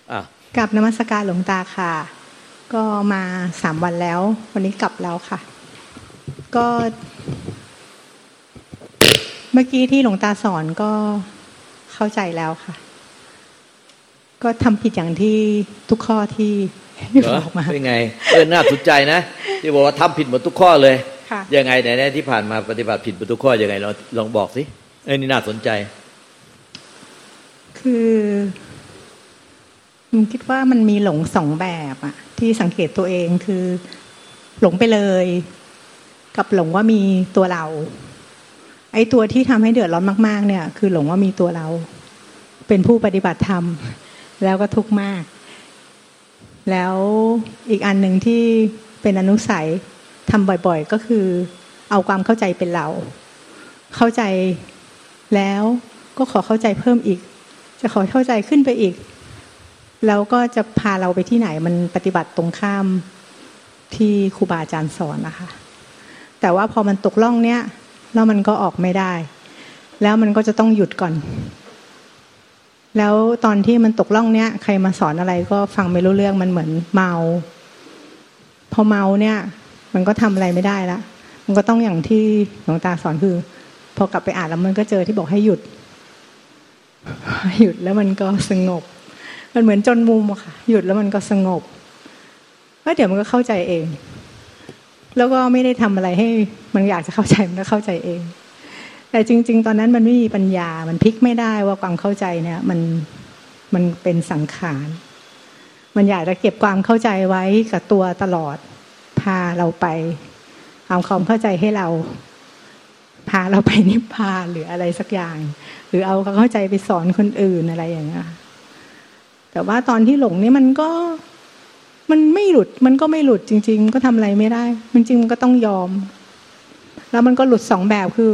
กลับนมัสการหลวงตาค่ะก็มา3 วันแล้ววันนี้กลับแล้วค่ะก็เมื่อกี้ที่หลวงตาสอนก็เข้าใจแล้วค่ะก็ทำผิดอย่างที่ทุกข้อที่บอกมาเป็นไงน่าสนใจนะที่บอกว่าทำผิดหมดทุกข้อเลยยังไงไหนที่ผ่านมาปฏิบัติผิดหมดทุกข้อยังไงเราลองบอกสินี่น่าสนใจคือผมคิดว่ามันมีหลง2 แบบอะที่สังเกตตัวเองคือหลงไปเลยกับหลงว่ามีตัวเราไอ้ตัวที่ทำให้เดือดร้อนมากๆเนี่ยคือหลงว่ามีตัวเราเป็นผู้ปฏิบัติธรรมแล้วก็ทุกข์มากแล้วอีกอันหนึ่งที่เป็นอนุสัยทำบ่อยๆก็คือเอาความเข้าใจเป็นเราเข้าใจแล้วก็ขอเข้าใจเพิ่มอีกจะขอเข้าใจขึ้นไปอีกแล้วก็จะพาเราไปที่ไหนมันปฏิบัติตรงข้ามที่ครูบาอาจารย์สอนนะคะแต่ว่าพอมันตกล่องเนี้ยแล้วมันก็ออกไม่ได้แล้วมันก็จะต้องหยุดก่อนแล้วตอนที่มันตกล่องเนี้ยใครมาสอนอะไรก็ฟังไม่รู้เรื่องมันเหมือนเมาพอเมาเนี่ยมันก็ทำอะไรไม่ได้ละมันก็ต้องอย่างที่หลวงตาสอนคือพอกลับไปอ่านแล้วมันก็เจอที่บอกให้หยุดแล้วมันก็สงบมันเหมือนจนมุมอะค่ะหยุดแล้วมันก็สงบแล้วเดี๋ยวมันก็เข้าใจเองแล้วก็ไม่ได้ทำอะไรให้มันอยากจะเข้าใจมันก็เข้าใจเองแต่จริงๆตอนนั้นมันไม่มีปัญญามันพลิกไม่ได้ว่าความเข้าใจเนี่ยมันเป็นสังขารมันอยากจะเก็บความเข้าใจไว้กับตัวตลอดพาเราไปเอาความเข้าใจให้เราพาเราไปนิพพานหรืออะไรสักอย่างหรือเอาความเข้าใจไปสอนคนอื่นอะไรอย่างเงี้ยแต่ว่าตอนที่หลงนี่มันไม่หลุดมันก็ไม่หลุดจริงๆก็ทำอะไรไม่ได้จริงๆมันก็ต้องยอมแล้วมันก็หลุด2 แบบคื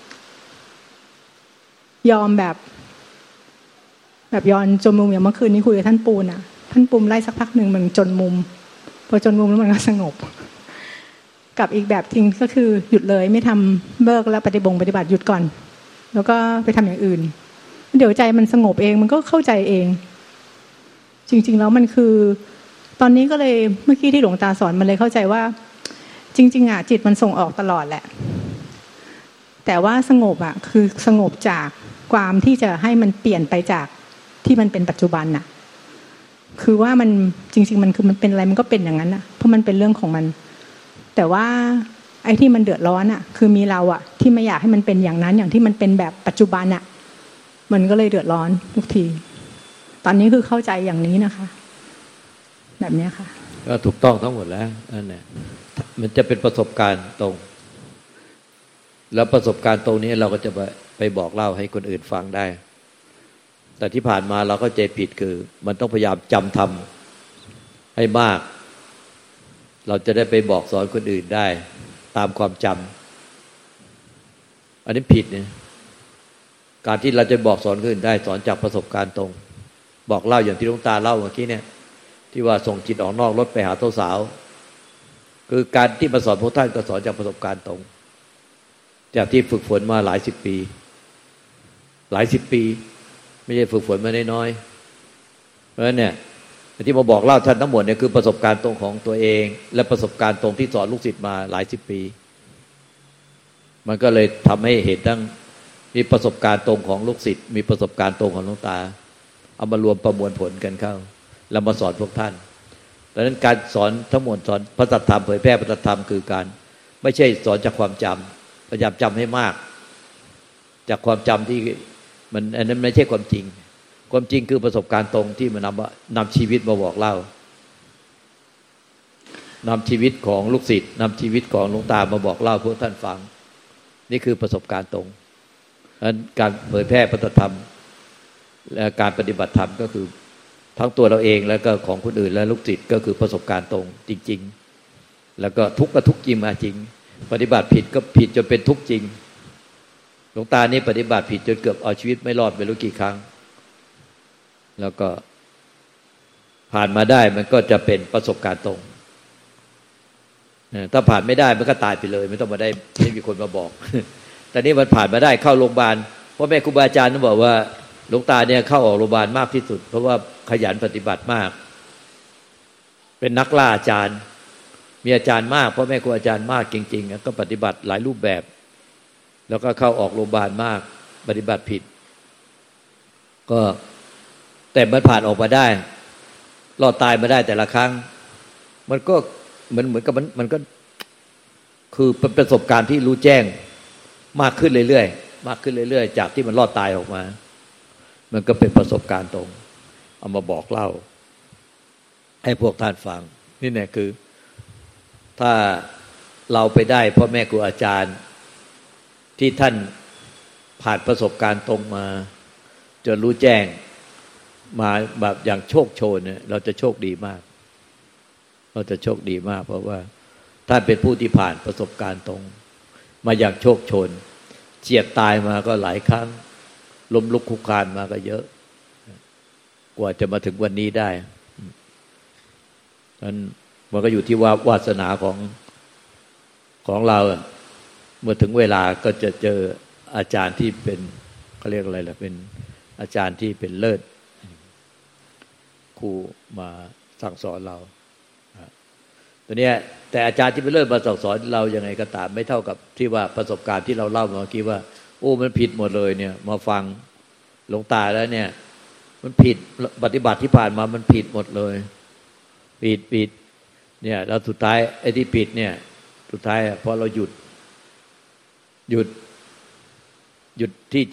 อยอมแบบยอนจนมุมอย่างเมื่อคืนนี้คุยกับท่านปูนอ่ะท่านปูมไล่สักพักหนึ่งมันจนมุมพอจนมุมแล้วมันก็สงบกับอีกแบบจริงก็คือหยุดเลยไม่ทำเบิกแล้วปฏิบัติหยุดก่อนแล้วก็ไปทำอย่างอื่นเดี๋ยวใจมันสงบเองมันก็เข้าใจเองจริงๆแล้วมันคือตอนนี้ก็เลยเมื่อกี้ที่หลวงตาสอนมันเลยเข้าใจว่าจริงๆอ่ะจิตมันส่งออกตลอดแหละแต่ว่าสงบอ่ะคือสงบจากความที่จะให้มันเปลี่ยนไปจากที่มันเป็นปัจจุบันน่ะคือว่ามันจริงๆมันคือมันเป็นอะไรมันก็เป็นอย่างนั้นน่ะเพราะมันเป็นเรื่องของมันแต่ว่าไอ้ที่มันเดือดร้อนอ่ะคือมีเราอ่ะที่ไม่อยากให้มันเป็นอย่างนั้นอย่างที่มันเป็นแบบปัจจุบันอ่ะมันก็เลยเดือดร้อนทุกทีตอนนี้คือเข้าใจอย่างนี้นะคะแบบนี้ค่ะก็ถูกต้องทั้งหมดแล้วนั่นแหละมันจะเป็นประสบการณ์ตรงแล้วประสบการณ์ตรงนี้เราก็จะไปบอกเล่าให้คนอื่นฟังได้แต่ที่ผ่านมาเราเข้าใจผิดคือมันต้องพยายามจำทำให้มากเราจะได้ไปบอกสอนคนอื่นได้ตามความจำอันนี้ผิดเนี่ยการที่เราจะบอกสอนคนอื่นได้สอนจากประสบการณ์ตรงบอกเล่าอย่างที่หลวงตาเล่าเมื่อกี้เนี่ยที่ว่าส่งจิตออกนอกรถไปหาสาวๆคือการที่มาสอนพวกท่านก็สอนจากประสบการณ์ตรงจากที่ฝึกฝนมาหลายสิบปีไม่ใช่ฝึกฝนมาน้อยๆเพราะฉะนั้นเนี่ยที่มาบอกเล่าท่านทั้งหมดเนี่ยคือประสบการณ์ตรงของตัวเองและประสบการณ์ตรงที่สอนลูกศิษย์มาหลายสิบปีมันก็เลยทำให้เห็นทั้งมีประสบการณ์ตรงของลูกศิษย์มีประสบการณ์ตรงของหลวงตาเอามารวมประมวลผลกันเข้าแล้วมาสอนพวกท่านดังนั้นการสอนทั้งหมดสอนพระสัทธรรมเผยแพร่พระสัทธรรมคือการไม่ใช่สอนจากความจำพยายามจำให้มากจากความจำที่มันอันนั้นไม่ใช่ความจริงความจริงคือประสบการณ์ตรงที่มันนำชีวิตมาบอกเล่านำชีวิตของลูกศิษย์นำชีวิตของหลวงตามาบอกเล่าพวกท่านฟังนี่คือประสบการณ์ตรงดังนั้นการเผยแพร่พระธรรมและการปฏิบัติธรรมก็คือทั้งตัวเราเองแล้วก็ของคนอื่นและลูกศิษย์ก็คือประสบการณ์ตรงจริงๆแล้วก็ทุกข์ก็ทุกข์จริงมาจริงปฏิบัติผิดก็ผิดจนเป็นทุกข์จริงหลวงตานี่ปฏิบัติผิดจนเกือบเอาชีวิตไม่รอดไม่รู้กี่ครั้งแล้วก็ผ่านมาได้มันก็จะเป็นประสบการณ์ตรงถ้าผ่านไม่ได้มันก็ตายไปเลยไม่ต้องมาได้ไม่มีคนมาบอกแต่นี่มันผ่านมาได้เข้าโรงพยาบาลเพราะแม่ครูบาอาจารย์ต้องบอกว่าหลวงตาเนี่ยเข้าออกโรงพยาบาลมากที่สุดเพราะว่าขยันปฏิบัติมากเป็นนักล่าอาจารย์มีอาจารย์มากพ่อแม่ครูอาจารย์มากจริงๆก็ปฏิบัติหลายรูปแบบแล้วก็เข้าออกโรงพยาบาลมากปฏิบัติผิดก็แต่มันผ่านออกมาได้รอดตายมาได้แต่ละครั้งมันก็เหมือนกับมันก็คือเป็นประสบการณ์ที่รู้แจ้งมากขึ้นเรื่อยๆมากขึ้นเรื่อยๆจากที่มันรอดตายออกมามันก็เป็นประสบการณ์ตรงเอามาบอกเล่าให้พวกท่านฟังนี่แหละคือถ้าเราไปได้พ่อแม่ครูอาจารย์ที่ท่านผ่านประสบการณ์ตรงมาจนรู้แจ้งมาแบบอย่างโชคโชนเนี่ยเราจะโชคดีมากเราจะโชคดีมากเพราะว่าท่านเป็นผู้ที่ผ่านประสบการณ์ตรงมาอย่างโชคโชนเฉียดตายมาก็หลายครั้งล้มลุกคลุกคลานมาก็เยอะกว่าจะมาถึงวันนี้ได้นั้นมันก็อยู่ที่ว่าวาสนาของเราเมื่อถึงเวลาก็จะเจออาจารย์ที่เป็นเขาเรียกอะไรล่ะเป็นอาจารย์ที่เป็นเลิศครูมาสั่งสอนเราตัวเนี้ยแต่อาจารย์ที่เป็นเลิศมาสั่งสอนเรายังไงก็ตามไม่เท่ากับที่ว่าประสบการณ์ที่เราเล่าเมื่อกี้ว่าโอ้มันผิดหมดเลยเนี่ยมาฟังหลวงตาแล้วเนี่ยมันผิดปฏิบัติที่ผ่านมามันผิดหมดเลยผิดเนี่ยแล้วสุดท้ายไอ้ที่ผิดเนี่ยสุดท้ายพอเราหยุดที่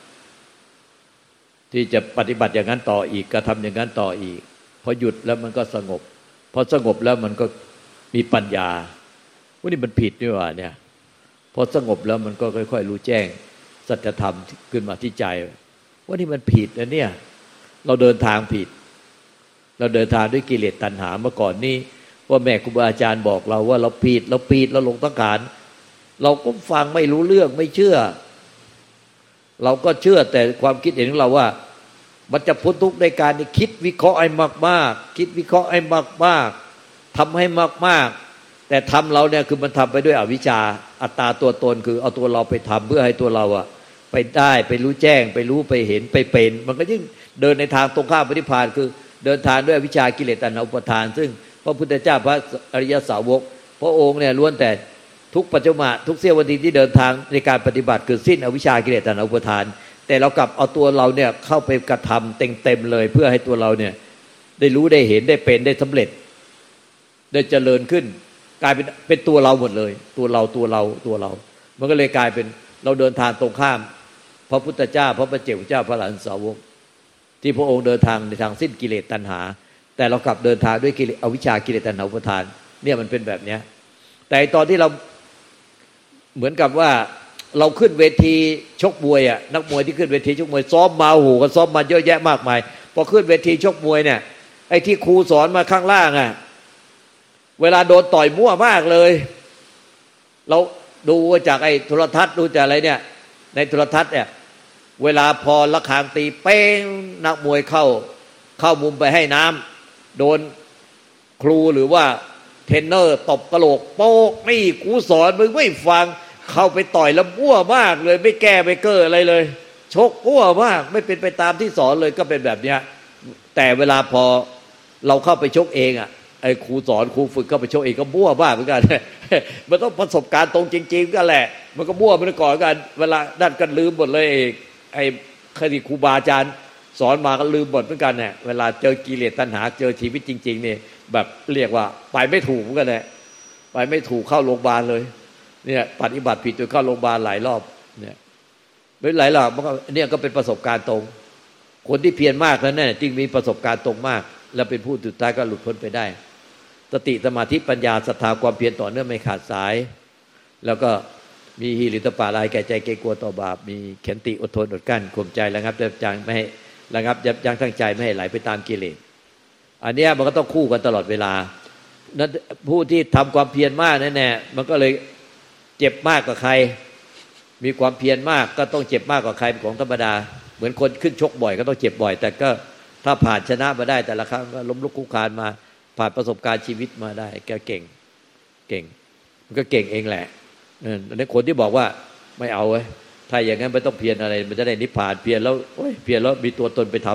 จะปฏิบัติอย่างนั้นต่ออีกกระทำอย่างนั้นต่ออีกพอหยุดแล้วมันก็สงบพอสงบแล้วมันก็มีปัญญาว่านี่มันผิดนี่หว่าเนี่ยพอสงบแล้วมันก็ค่อยๆรู้แจ้งสัจธรรมขึ้นมาที่ใจว่านี่มันผิดนะเนี่ยเราเดินทางผิดเราเดินทางด้วยกิเลสตัณหาเมื่อก่อนนี้ว่าแม่ครูบาอาจารย์บอกเราว่าเราผิดเราหลงสังขารเราก็ฟังไม่รู้เรื่องไม่เชื่อเราก็เชื่อแต่ความคิดเห็นของเราว่ามันจะพ้นทุกข์ในการคิดวิเคราะห์ให้มากๆคิดวิเคราะห์ให้มากๆทำให้มากๆแต่ทำเราเนี่ยคือมันทำไปด้วยอวิชชาอัตตาตัวตนคือเอาตัวเราไปทำเพื่อให้ตัวเราอะไปได้ไปรู้แจ้งไปรู้ไปเห็นไปเป็นมันก็ยิ่งเดินในทางตรงข้ามปฏิภาณคือเดินทางด้วยอวิชชากิเลสตัณหาอุปาทานซึ่งพระพุทธเจ้าพระอริยสาวกพระองค์เนี่ยล้วนแต่ทุกปัจจุบันทุกเสี้ยวนาทีที่เดินทางในการปฏิบัติคือสิ้นอวิชชากิเลสตัณหาอุปาทานแต่เรากลับเอาตัวเราเนี่ยเข้าไปกระทำเต็มเลยเพื่อให้ตัวเราเนี่ยได้รู้ได้เห็นได้เป็นได้สำเร็จได้เจริญขึ้นกลายเป็นตัวเราหมดเลยตัวเรามันก็เลยกลายเป็นเราเดินทางตรงข้ามพระพุทธเจ้าพระปัจเจกเจ้าพระอรหันตสาวกที่พระองค์เดินทางในทางสิ้นกิเลสตัณหาแต่เรากลับเดินทางด้วยกิเลสอวิชชากิเลสตัณหาอุปาทานเนี่ยมันเป็นแบบเนี้ยแต่ตอนที่เราเหมือนกับว่าเราขึ้นเวทีชกมวยอ่ะนักมวยที่ขึ้นเวทีชกมวยซ้อมมาโอ้โหกันซ้อมมาเยอะแยะมากมายพอขึ้นเวทีชกมวยเนี่ยไอ้ที่ครูสอนมาข้างล่างอ่ะเวลาโดนต่อยมั่วมากเลยเราดูจากไอ้โทรทัศน์ดูจากอะไรเนี่ยในโทรทัศน์เนี่ยเวลาพอระฆังตีเป้งนักมวยเข้ามุมไปให้น้ำโดนครูหรือว่าเทรนเนอร์ตบกระโหลกโป๊กนี่กูสอนมึงไม่ฟังเข้าไปต่อยแล้วมั่วมากเลยไม่แก้ไม่เก้ออะไรเลยชกมั่วมากไม่เป็นไปตามที่สอนเลยก็เป็นแบบเนี้ยแต่เวลาพอเราเข้าไปชกเองอ่ะไอ้ครูสอนครูฝึกเข้าไปชกเองก็มั่วบ้าเหมือนกันมันต้องประสบการณ์ตรงจริงๆก็แหละมันก็มั่วมันก่อนกันเวลาดันกันลืมหมดเลยไอ้คดีครูบาอาจารย์สอนมาก็ลืมหมดเหมือนกันเนี่ยเวลาเจอกิเลสตัณหาเจอชีวิตจริงๆนี่แบบเรียกว่าไปไม่ถูกเหมือนกันแหละไปไม่ถูกเข้าโรงพยาบาลเลยเนี่ยปฏิบัติผิดจนเข้าโรงพยาบาลหลายรอบเนี่ยไม่หลายรอบมันก็เนี่ยก็เป็นประสบการณ์ตรงคนที่เพียรมากแล้วเนี่ยจึงมีประสบการณ์ตรงมากแล้วเป็นผู้สุดท้ายก็หลุดพ้นไปได้สติสมาธิปัญญาศรัทธาความเพียรต่อเนื่องไม่ขาดสายแล้วก็มีหิริโอตปาลายแก่ใจเกรงกลัวต่อบาปมีขันติอดทนอดกั้นข่มใจระงับยับยั้งไม่ให้ระงับยับยั้งทั้งใจไม่ให้ไหลไปตามกิเลสอันนี้มันก็ต้องคู่กันตลอดเวลานั้นผู้ที่ทำความเพียรมากแน่ๆมันก็เลยเจ็บมากกว่าใครมีความเพียรมากก็ต้องเจ็บมากกว่าใครเป็นของธรรมดาเหมือนคนขึ้นชกบ่อยก็ต้องเจ็บบ่อยแต่ก็ถ้าผ่านชนะมาได้แต่ละครั้งก็ล้มลุกคลุกคลานมาผ่านประสบการณ์ชีวิตมาได้แกเก่งมันก็เก่งเองแหละในคนที่บอกว่าไม่เอาเว้ยถ้าอย่างนั้นไม่ต้องเพียรอะไรมันจะได้นิพพานเพียรแล้วเพียรแล้วมีตัวตนไปทำ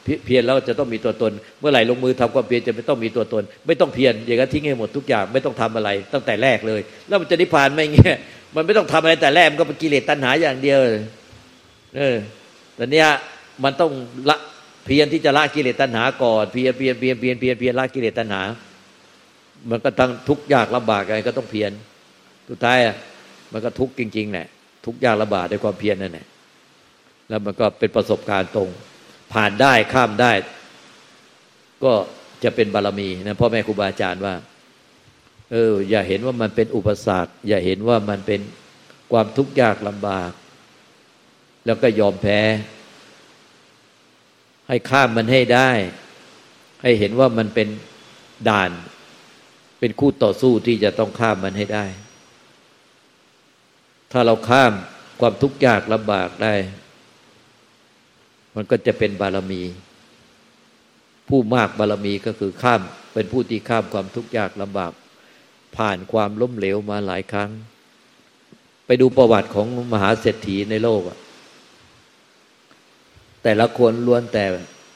เพียรแล้วจะต้องมีตัวตนเมื่อไหร่ลงมือทำความเพียรจะไม่ต้องมีตัวตนไม่ต้องเพียรอย่างนั้นทิ้งให้หมดทุกอย่างไม่ต้องทำอะไรตั้งแต่แรกเลยแล้วมันจะนิพพานไหมเงี้ยมันไม่ต้องทำอะไรแต่แรกมันก็เป็นกิเลสตัณหาอย่างเดียวแต่เนี้ยมันต้องละเพียรที่จะละกิเลสตัณหาก่อนเพียรละกิเลสตัณหามันก็ตั้งทุกข์ยากลำบากอะไรก็ต้องเพียรสุดท้ายมันก็ทุกข์จริงๆแหละทุกข์ยากลำบากด้วยความเพียรนั่นแหละแล้วมันก็เป็นประสบการณ์ตรงผ่านได้ข้ามได้ก็จะเป็นบารมีนะพ่อแม่ครูบาอาจารย์ว่าอย่าเห็นว่ามันเป็นอุปสรรคอย่าเห็นว่ามันเป็นความทุกข์ยากลำบากแล้วก็ยอมแพ้ให้ข้ามมันให้ได้ให้เห็นว่ามันเป็นด่านเป็นคู่ต่อสู้ที่จะต้องข้ามมันให้ได้ถ้าเราข้ามความทุกข์ยากลำบากได้มันก็จะเป็นบารมีผู้มากบารมีก็คือข้ามเป็นผู้ที่ข้ามความทุกข์ยากลำบากผ่านความล้มเหลวมาหลายครั้งไปดูประวัติของมหาเศรษฐีในโลกแต่ละคนล้วนแต่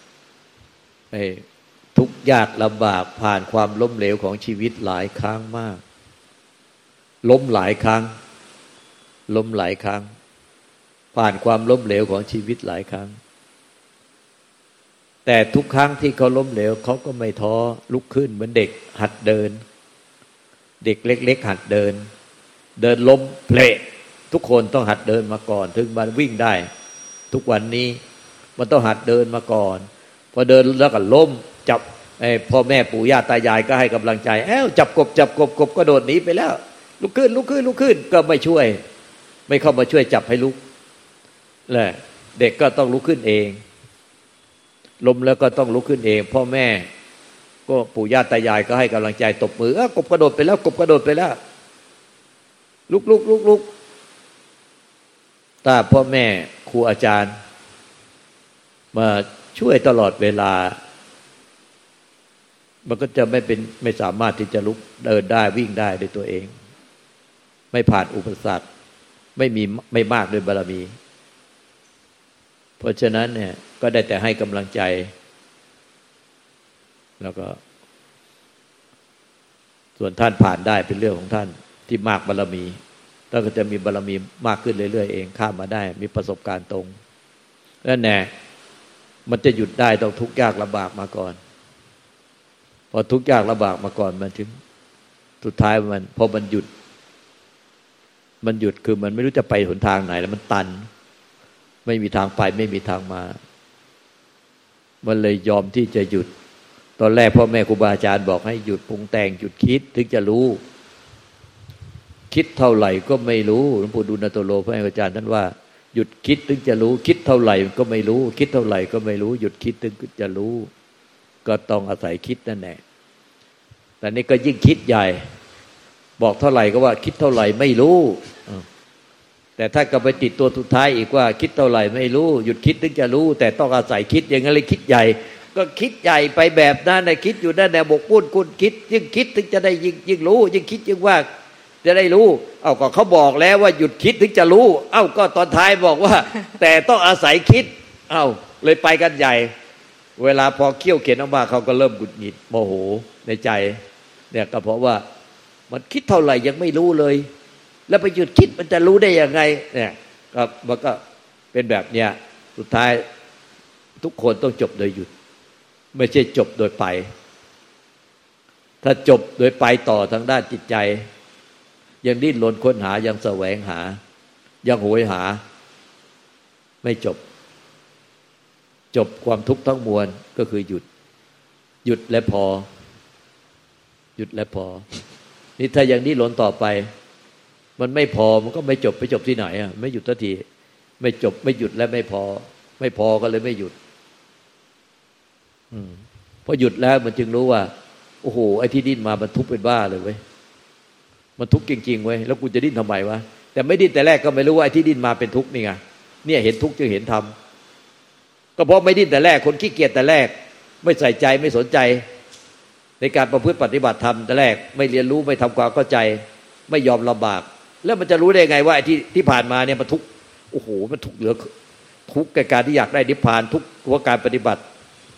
ทุกข์ยากลำบากผ่านความล้มเหลวของชีวิตหลายครั้งมากล้มหลายครั้งล้มหลายครั้งผ่านความล้มเหลวของชีวิตหลายครั้งแต่ทุกครั้งที่เขาล้มเหลวเขาก็ไม่ท้อลุกขึ้นเหมือนเด็กหัดเดินเด็กเล็กๆหัดเดินล้มเพลทุกคนต้องหัดเดินมาก่อนถึงมันวิ่งได้ทุกวันนี้มันต้องหัดเดินมาก่อนพอเดินแล้วก็ล้มจับพ่อแม่ปู่ย่าตายายก็ให้กำลังใจจับกบก็โดดหนีไปแล้วลุกขึ้นก็ไม่ช่วยไม่เข้ามาช่วยจับให้ลุกแหละเด็กก็ต้องลุกขึ้นเองล้มแล้วก็ต้องลุกขึ้นเองพ่อแม่ก็ปู่ย่าตายายก็ให้กำลังใจตบมือกบกระโดดไปแล้วลุกถ้าพ่อแม่ครูอาจารย์มาช่วยตลอดเวลามันก็จะไม่สามารถที่จะลุกเดินได้วิ่งได้ด้วยตัวเองไม่ผ่านอุปสรรคไม่มากด้วยบารมีเพราะฉะนั้นเนี่ยก็ได้แต่ให้กำลังใจแล้วก็ส่วนท่านผ่านได้เป็นเรื่องของท่านที่มากบารมีท่านก็จะมีบารมีมากขึ้นเรื่อยๆเองข้ามมาได้มีประสบการณ์ตรงแล้วแน่มันจะหยุดได้ต้องทุกข์ยากลำบากมาก่อนพอทุกข์ยากลำบากมาก่อนมันถึงสุดท้ายมันพอมันหยุดคือมันไม่รู้จะไปหนทางไหนแล้วมันตันไม่มีทางไปไม่มีทางมามันเลยยอมที่จะหยุดตอนแรกพ่อแม่ครูบาอาจารย์บอกให้หยุดปรุงแต่งหยุดคิดถึงจะรู้คิดเท่าไหร่ก็ไม่รู้หลวงปู่ดูลโตโลพระอาจารย์ท่านว่าหยุดคิดถึงจะรู้คิดเท่าไหร่ก็ไม่รู้คิดเท่าไหร่ก็ไม่รู้หยุดคิดถึงจะรู้ก็ต้องอาศัยคิดนั่นแหละแต่นี่ก็ยิ่งคิดใหญ่บอกเท่าไหร่ก็ว่าคิดเท่าไหร่ไม่รู้แต่ถ้าก็ไปติดตัวสุดท้ายอีกว่าคิดเท่าไหร่ไม่รู้หยุดคิดถึงจะรู้แต่ต้องอาศัยคิดอย่างนั้นเลยคิดใหญ่ก็คิดใหญ่ไปแบบนั้นนะคิดอยู่นั่นแหละบกบุญคุณคิดยิ่งคิดถึงจะได้ยิ่งรู้ยิ่งคิดยิ่งว่าจะได้รู้ก็เขาบอกแล้วว่าหยุดคิดถึงจะรู้ก็ตอนท้ายบอกว่าแต่ต้องอาศัยคิดเลยไปกันใหญ่เวลาพอเคี่ยวเข็นออกมาเขาก็เริ่มหงุดหงิดโมโหในใจเนี่ยก็เพราะว่ามันคิดเท่าไหร่ยังไม่รู้เลยแล้วไปหยุดคิดมันจะรู้ได้ยังไงเนี่ยก็มันก็เป็นแบบเนี้ยสุดท้ายทุกคนต้องจบโดยหยุดไม่ใช่จบโดยไปถ้าจบโดยไปต่อทางด้านจิตใจยังดิ้นรนค้นหายังแสวงหายังโหยหาไม่จบความทุกข์ทั้งมวลก็คือหยุดและพอหยุดและพอนี่ถ้ายังดิ้นรนต่อไปมันไม่พอมันก็ไม่จบไปจบที่ไหนไม่หยุดสักทีไม่จบไม่หยุดและไม่พอก็เลยไม่หยุดพอหยุดแล้วมันจึงรู้ว่าโอ้โหไอ้ที่ดิ้นมามันทุกข์เป็นบ้าเลยเว้ยมันทุกข์จริงๆเว้ยแล้วกูจะดิ้นทำไมวะแต่ไม่ดิ้นแต่แรกก็ไม่รู้ว่าไอ้ที่ดิ้นมาเป็นทุกข์นี่ไงเนี่ยเห็นทุกข์จึงเห็นธรรมก็เพราะไม่ดิ้นแต่แรกคนขี้เกียจแต่แรกไม่ใส่ใจไม่สนใจในการประพฤติปฏิบัติธรรมแต่แรกไม่เรียนรู้ไม่ทำความเข้าใจไม่ยอมลำบากแล้วมันจะรู้ได้ไงว่าไอ้ที่ผ่านมาเนี่ยมันทุกข์โอ้โหมันทุกข์เหลือทุกข์แก่การที่อยากได้นิพพานทุกข์เพราะการปฏิบัติ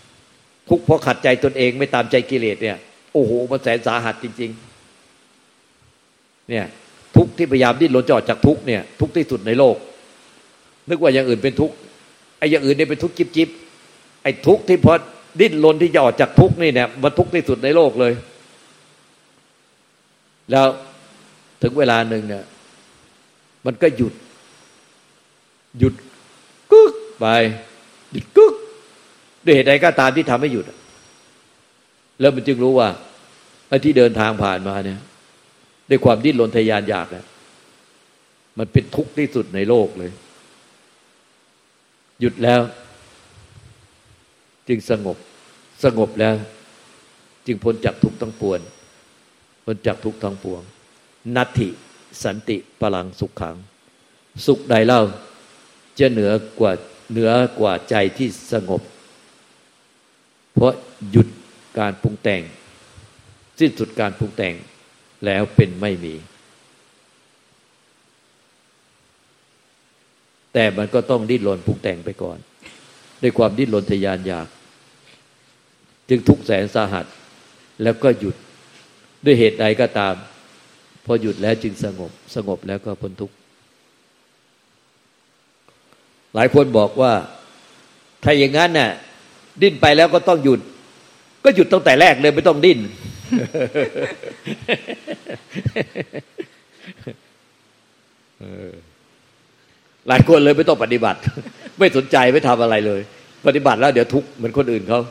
ทุกข์เพราะขัดใจตนเองไม่ตามใจกิเลสเนี่ยโอ้โหมันแสนสาหัสจริงๆเนี่ยทุกข์ที่พยายามดิ้นรนจะออกจากทุกข์เนี่ยทุกข์ที่สุดในโลกนึกว่าอย่างอื่นเป็นทุกข์ไอ้อย่างอื่นเนี่ยเป็นทุกข์จิ๊บๆไอ้ทุกข์ที่พอดิ้นรนที่จะออกจากทุกข์นี่เนี่ยมันทุกข์ที่สุดในโลกเลยแล้วถึงเวลาหนึ่งเนี่ยมันก็หยุดกึกไปหยุดกึกด้วยเหตุใดก็ตามที่ทำให้หยุดแล้วมันจึงรู้ว่าไอ้ที่เดินทางผ่านมาเนี่ยด้วยความดิ้นรนทะยานอยากเนี่ยมันเป็นทุกข์ที่สุดในโลกเลยหยุดแล้วจึงสงบแล้วจึงพ้นจากทุกข์ทั้งปวงพ้นจากทุกข์ทั้งปวงนัตถิสันติพลังสุขขังสุขใดเล่าจะเหนือกว่าใจที่สงบเพราะหยุดการปรุงแต่งสิ้นสุดการปรุงแต่งแล้วเป็นไม่มีแต่มันก็ต้องดิ้นรนปรุงแต่งไปก่อนด้วยความดิ้นรนทะยานอยากจึงทุกข์แสนสาหัสแล้วก็หยุดด้วยเหตุใดก็ตามพอหยุดแล้วจึงสงบแล้วก็พ้นทุกข์หลายคนบอกว่าถ้าอย่างนั้นน่ะดิ้นไปแล้วก็ต้องหยุดก็หยุดตั้งแต่แรกเลยไม่ต้องดิ้น หลายคนเลยไม่ต้องปฏิบัติไม่สนใจไม่ทำอะไรเลยปฏิบัติแล้วเดี๋ยวทุกข์เหมือนคนอื่นเขา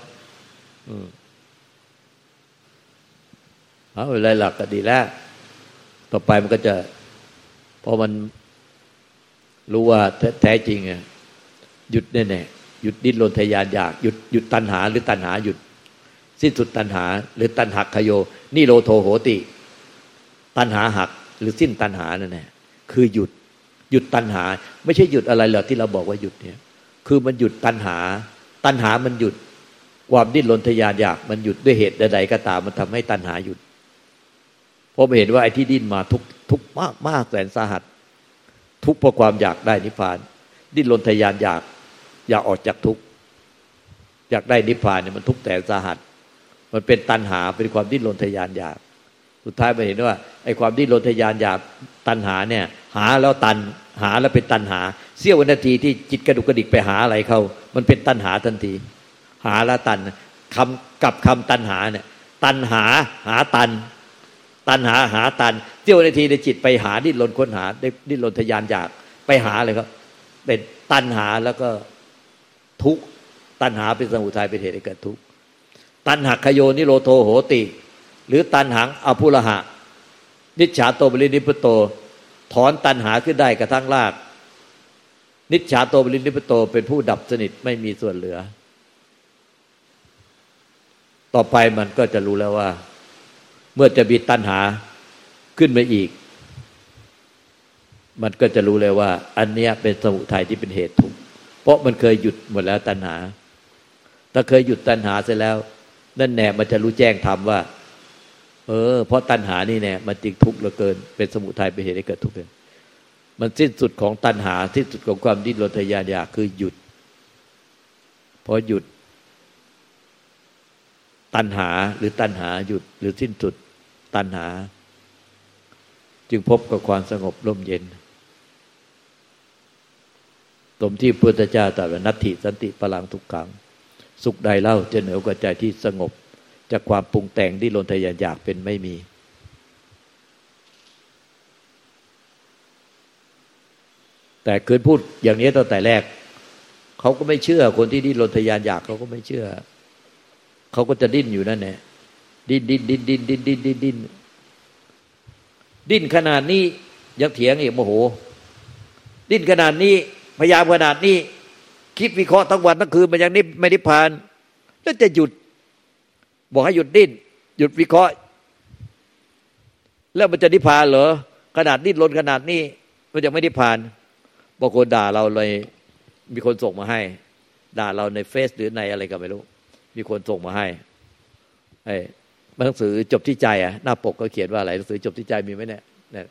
เอาอะไรหลักก็ดีแล้วต่อไปมันก็จะพอมันรู้ว่าแท้จริงอ่ะหยุดแน่ๆหยุดดิ้นรนทะยานอยากหยุดตัณหาหรือตัณหาหยุดสิ้นสุดตัณหาหรือตัณหักขโยนิโรโธโหติตัณหาหักหรือสิ้นตัณหานั่นแหละคือหยุดตัณหาไม่ใช่หยุดอะไรหรอกที่เราบอกว่าหยุดเนี่ยคือมันหยุดตัณหามันหยุดความดิ้นรนทะยานอยากมันหยุดด้วยเหตุใดๆก็ตามมันทำให้ตัณหาหยุดเพราะเห็นว่าไอ้ที่ดิ้นมาทุกมากแสนสาหัสทุกเพราะความอยากได้นิพพานดิ้นรนทะยานอยากออกจากทุกข์อยากได้นิพพานเนี่ยมันทุกข์แสนสาหัสมันเป็นตัณหาเป็นความดิ้นรนทะยานอยากสุดท้ายมาเห็นว่าไอ้ความดิ้นรนทะยานอยากตัณหาเนี่ยหาแล้วเป็นตัณหาเสี้ยววินาทีที่จิตกระดุกกระดิกไปหาอะไรเข้ามันเป็นตัณหาทันทีหาแล้วตันคำตัณหาเนี่ยตัณหาหาตันหาตันเสี้ยววินาทีในจิตไปหาดิ้นรนค้นหาดิ้นรนทะยานอยากไปหาอะไรครับเป็นตัณหาแล้วก็ทุกข์ตัณหาเป็นสมุทัยเป็นเหตุให้เกิดทุกข์ตัณหักขโยนิโรโธโหติหรือตัณหังอภุระหะนิจฉาโตบรินิพพุโตถอนตัณหาขึ้นได้กระทั่งรากนิจฉาโตบรินิพพุโตเป็นผู้ดับสนิทไม่มีส่วนเหลือต่อไปมันก็จะรู้แล้วว่าเมื่อจะมีตัณหาขึ้นมาอีกมันก็จะรู้เลยว่าอันเนี้ยเป็นสมุทัยที่เป็นเหตุทุกข์เพราะมันเคยหยุดหมดแล้วตัณหาถ้าเคยหยุดตัณหาเสร็จแล้วนั่นแน่มันจะรู้แจ้งธรรมว่าเพราะตัณหานี่แน่มันจึงทุกข์เหลือเกินเป็นสมุทัยเป็นเหตุให้เกิดทุกข์มันสิ้นสุดของตัณหาสิ้นสุดของความดิ้นรนทะยานอยากคือหยุดพอหยุดตัณหาหรือตัณหาหยุดหรือสิ้นสุดตัณหาจึงพบกับความสงบร่มเย็นตรงที่พุทธเจ้าตรัสว่านัตถิสันติพลังทุกขังสุขใดเล่าจะเหนือกว่าใจที่สงบจากความปรุงแต่งดิ้นรนทะยานอยากเป็นไม่มีแต่คืนพูดอย่างนี้ตั้งแต่แรกเขาก็ไม่เชื่อคนที่ดิ้นรนทะยานอยากเขาก็ไม่เชื่อเขาก็จะดิ้นอยู่นั่นแหละดิ้นขนาดนี้ยังเถียงอีกโมโหดิ้นขนาดนี้พยายามขนาดนี้คิดวิเคราะห์ทั้งวันทั้งคืนมันยังไม่ได้ผ่านแล้วจะหยุดบอกให้หยุดดิ้นหยุดวิเคราะห์แล้วมันจะนิพพานเหรอขนาดดิ้นรนขนาดนี้มันยังไม่ได้ผ่านบางคนด่าเราเลยมีคนส่งมาให้ด่าเราในเฟซหรือในอะไรก็ไม่รู้มีคนส่งมาให้หนังสือจบที่ใจหน้าปกก็เขียนว่าอะไรหนังสือจบที่ใจมีไหมเนี่ย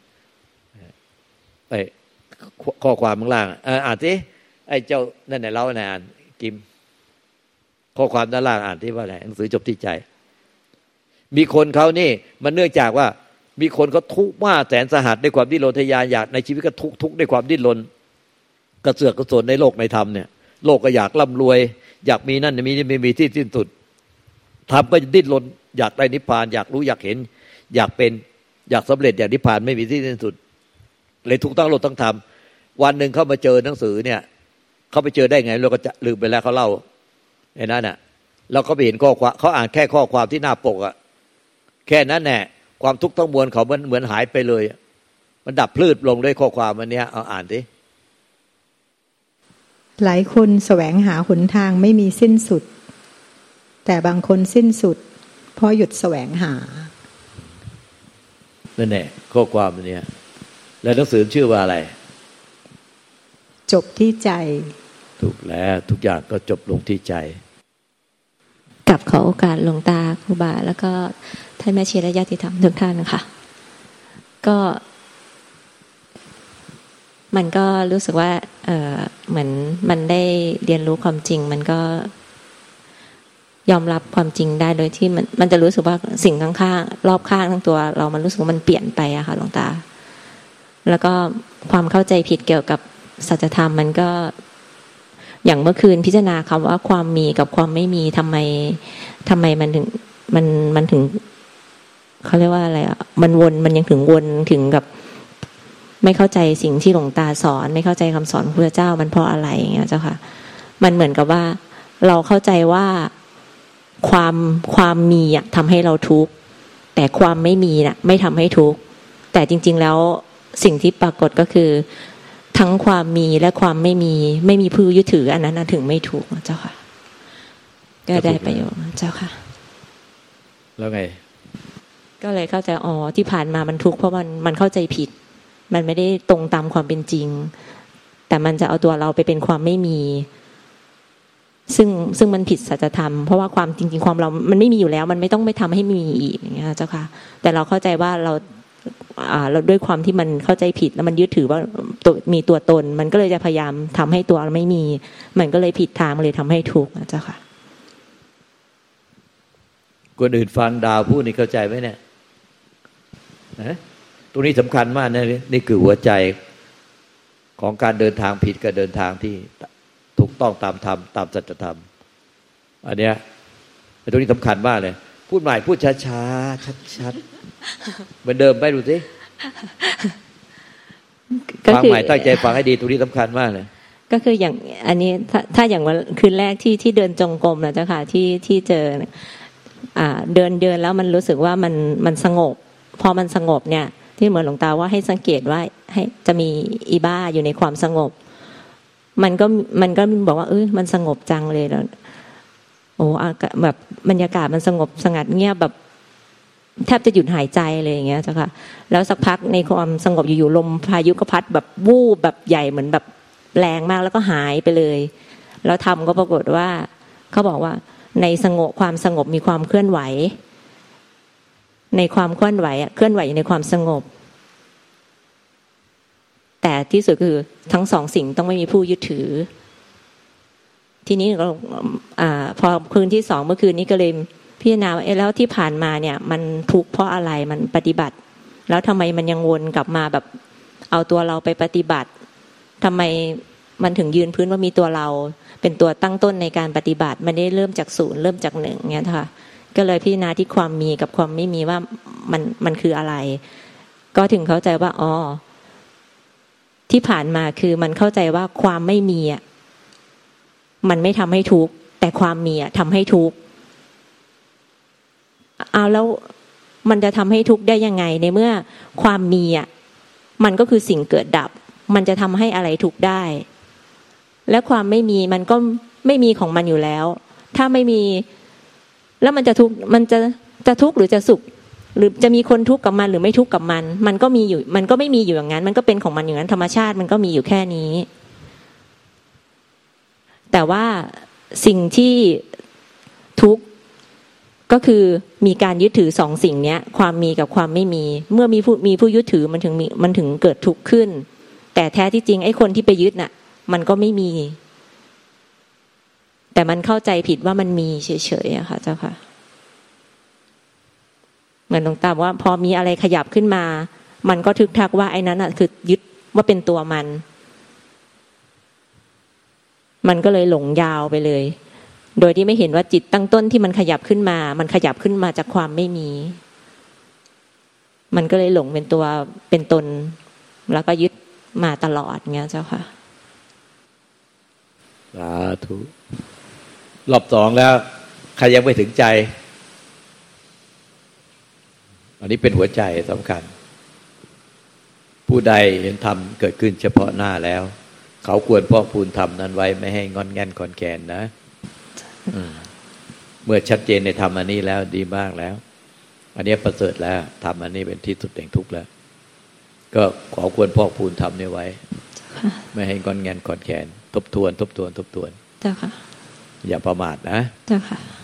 ข้อความข้างล่างอ่านสิไอ้เจ้านั่นไหนเล่าไหนอ่านกิมข้ข้อความด้านล่างอ่านที่ว่าอะไรหนังสือจบที่ใจมีคนเขานี่มันเนื่องจากว่ามีคนเขาทุกข์มากแสนสาหัสด้วยความดิ้นรนทะยานอยากในชีวิตก็ทุกข์ด้วยความดิ้นรนกระเสือกกระสนในโลกในธรรมเนี่ยโลกก็อยากร่ำรวยอยากมีนั่นมีนี่ไม่มีที่สิ้นสุดธรรมก็ดิ้นรนอยากได้นิพพานอยากรู้อยากเห็นอยากเป็นอยากสำเร็จอยากนิพพานไม่มีที่สิ้นสุดเลยทุกข์ทั้งโลกทั้งธรรมวันหนึ่งเขามาเจอหนังสือเนี่ยเขาไปเจอได้ไงเราก็จะลืมไปแล้วเขาเล่าไอ้นั่นน่ะเราก็ไปเห็นข้อความเขาอ่านแค่ข้อความที่หน้าปกอะแค่นั้นแหละความทุกข์ทั้งมวลเขาเหมือนหายไปเลยมันดับพลืดลงด้วยข้อความอันเนี้ยเอาอ่านดิหลายคนแสวงหาหนทางไม่มีสิ้นสุดแต่บางคนสิ้นสุดเพราะหยุดแสวงหานั่นแหละข้อความอันเนี้ยแล้วหนังสือชื่อว่าอะไรจบที่ใจถูกแล้วทุกอย่างก็จบลงที่ใจกับขอโอกาสหลวงตาครูบาแล้วก็ท่านแม่ชีและญาติธรรมทุกท่านค่ะก็มันก็รู้สึกว่าเหมือนมันได้เรียนรู้ความจริงมันก็ยอมรับความจริงได้โดยที่มันจะรู้สึกว่าสิ่งข้างๆรอบข้างทั้งตัวเรามันรู้สึกว่ามันเปลี่ยนไปอะค่ะหลวงตาแล้วก็ความเข้าใจผิดเกี่ยวกับสัจธรรมมันก็อย่างเมื่อคืนพิจารณาคำว่าความมีกับความไม่มีทำไมมันถึงมันถึงเขาเรียกว่าอะไรอ่ะมันยังถึงวนถึงกับไม่เข้าใจสิ่งที่หลวงตาสอนไม่เข้าใจคำสอนของพระเจ้ามันเพราะอะไรอย่างเงี้ยเจ้าค่ะมันเหมือนกับว่าเราเข้าใจว่าความมีอ่ะทำให้เราทุกข์แต่ความไม่มีน่ะไม่ทำให้ทุกข์แต่จริงๆแล้วสิ่งที่ปรากฏก็คือทั้งความมีและความไม่มีผู้ยึดถืออันนั้นถึงไม่ถูกเจ้าค่ะก็ได้ประโยชน์เจ้าค่ะแล้วไงก็เลยเข้าใจอ๋อที่ผ่านมามันทุกข์เพราะมันเข้าใจผิดมันไม่ได้ตรงตามความเป็นจริงแต่มันจะเอาตัวเราไปเป็นความไม่มีซึ่งมันผิดสัจธรรมเพราะว่าความจริงๆความเรามันไม่มีอยู่แล้วมันไม่ต้องไปทำให้มีอีกอย่างเงี้ยเจ้าค่ะแต่เราเข้าใจว่าเราด้วยความที่มันเข้าใจผิดแล้วมันยึดถือว่ามีตัวตนมันก็เลยจะพยายามทำให้ตัวไม่มีมันก็เลยผิดทางเลยทำให้ทุกข์นะเจ้าค่ะคนอื่นฟังดาวพูดนี่เข้าใจไหมเนี่ยตรงนี้สำคัญมากนะนี่คือหัวใจของการเดินทางผิดกับเดินทางที่ถูกต้องตามธรรมตามสัจธรรมอันเนี้ยตรงนี้สำคัญมากเลยพูดใหม่พูดช้าๆชัดๆเหมือนเดิมไปดูสิฟังใหม่ตั้งใจฟังให้ดีตรงนี้สำคัญมากเลยก็คืออย่างอันนี้ถ้าอย่างวันคืนแรกที่เดินจงกรมนะเจ้าค่ะที่เจอเดินแล้วมันรู้สึกว่ามันสงบพอมันสงบเนี่ยที่เหมือนหลวงตาว่าให้สังเกตว่าให้จะมีอีบ้าอยู่ในความสงบมันก็บอกว่ามันสงบจังเลยแล้วโอ้แบบบรรยากาศมันสงบสงัดเงียบแบบแทบจะหยุดหายใจเลยอย่างเงี้ยเจ้าค่ะแล้วสักพักในความสงบอยู่ๆลมพายุก็พัดแบบวูบแบบใหญ่เหมือนแบบแรงมากแล้วก็หายไปเลยแล้วธรรมก็ปรากฏว่าเขาบอกว่าในความสงบมีความเคลื่อนไหวในความเคลื่อนไหวเคลื่อนไหวในความสงบแต่ที่สุดคือทั้งสองสิ่งต้องไม่มีผู้ยึดถือทีนี้เราพอคืนที่2เมื่อคืนนี้ก็เลยพิจารณาว่าแล้วที่ผ่านมาเนี่ยมันทุกข์เพราะอะไรมันปฏิบัติแล้วทำไมมันยังวนกลับมาแบบเอาตัวเราไปปฏิบัติทำไมมันถึงยืนพื้นว่ามีตัวเราเป็นตัวตั้งต้นในการปฏิบัติมันได้เริ่มจาก0เริ่มจาก1เงี้ยค่ะก็เลยพิจารณาที่ความมีกับความไม่มีว่ามันคืออะไรก็ถึงเข้าใจว่าอ๋อที่ผ่านมาคือมันเข้าใจว่าความไม่มีอ่ะมันไม่ทำให้ทุกข์แต่ความมีอ่ะทำให้ทุกข์เอาแล้วมันจะทำให้ทุกข์ได้ยังไงในเมื่อความมีอ่ะมันก็คือสิ่งเกิดดับมันจะทำให้อะไรทุกข์ได้และความไม่มีมันก็ไม่มีของมันอยู่แล้วถ้าไม่มีแล้วมันจะทุกข์มันจะทุกข์หรือจะสุขหรือจะมีคนทุกข์กับมันหรือไม่ทุกข์กับมันก็มีอยู่มันก็ไม่มีอยู่อย่างนั้นมันก็เป็นของมันอย่างนั้นธรรมชาติมันก็มีอยู่แค่นี้แต่ว่าสิ่งที่ทุกข์ก็คือมีการยึดถือสองสิ่งเนี้ยความมีกับความไม่มีเมื่อมีผู้ยึดถือมันถึงเกิดทุกข์ขึ้นแต่แท้ที่จริงไอ้คนที่ไปยึดน่ะมันก็ไม่มีแต่มันเข้าใจผิดว่ามันมีเฉยๆอะค่ะเจ้าค่ะเหมือนหลวงตาว่าพอมีอะไรขยับขึ้นมามันก็ทึกทักว่าไอ้นั้นอะคือยึดว่าเป็นตัวมันก็เลยหลงยาวไปเลยโดยที่ไม่เห็นว่าจิตตั้งต้นที่มันขยับขึ้นมามันขยับขึ้นมาจากความไม่มีมันก็เลยหลงเป็นตัวเป็นตนแล้วก็ยึดมาตลอดเงี้ยเจ้าค่ะสาธุรอบสองแล้วใครยังไม่ถึงใจอันนี้เป็นหัวใจสำคัญผู้ใดเห็นธรรมเกิดขึ้นเฉพาะหน้าแล้วเขาควรเพาะพูนธรรมนั้นไว้ไม่ให้งอนแง่นคอนแกนนะเมื่อชัดเจนในธรรมอันนี้แล้วดีมากแล้วอันนี้ประเสริฐแล้วธรรมอันนี้เป็นที่สุดแห่งทุกข์แล้วก็ขอควรเพาะพูนธรรมนี้ไว้ไม่ให้งอนแง่นคอนแกนทบทวนเจ้าค่ะอย่าประมาทนะเจ้าค่ะ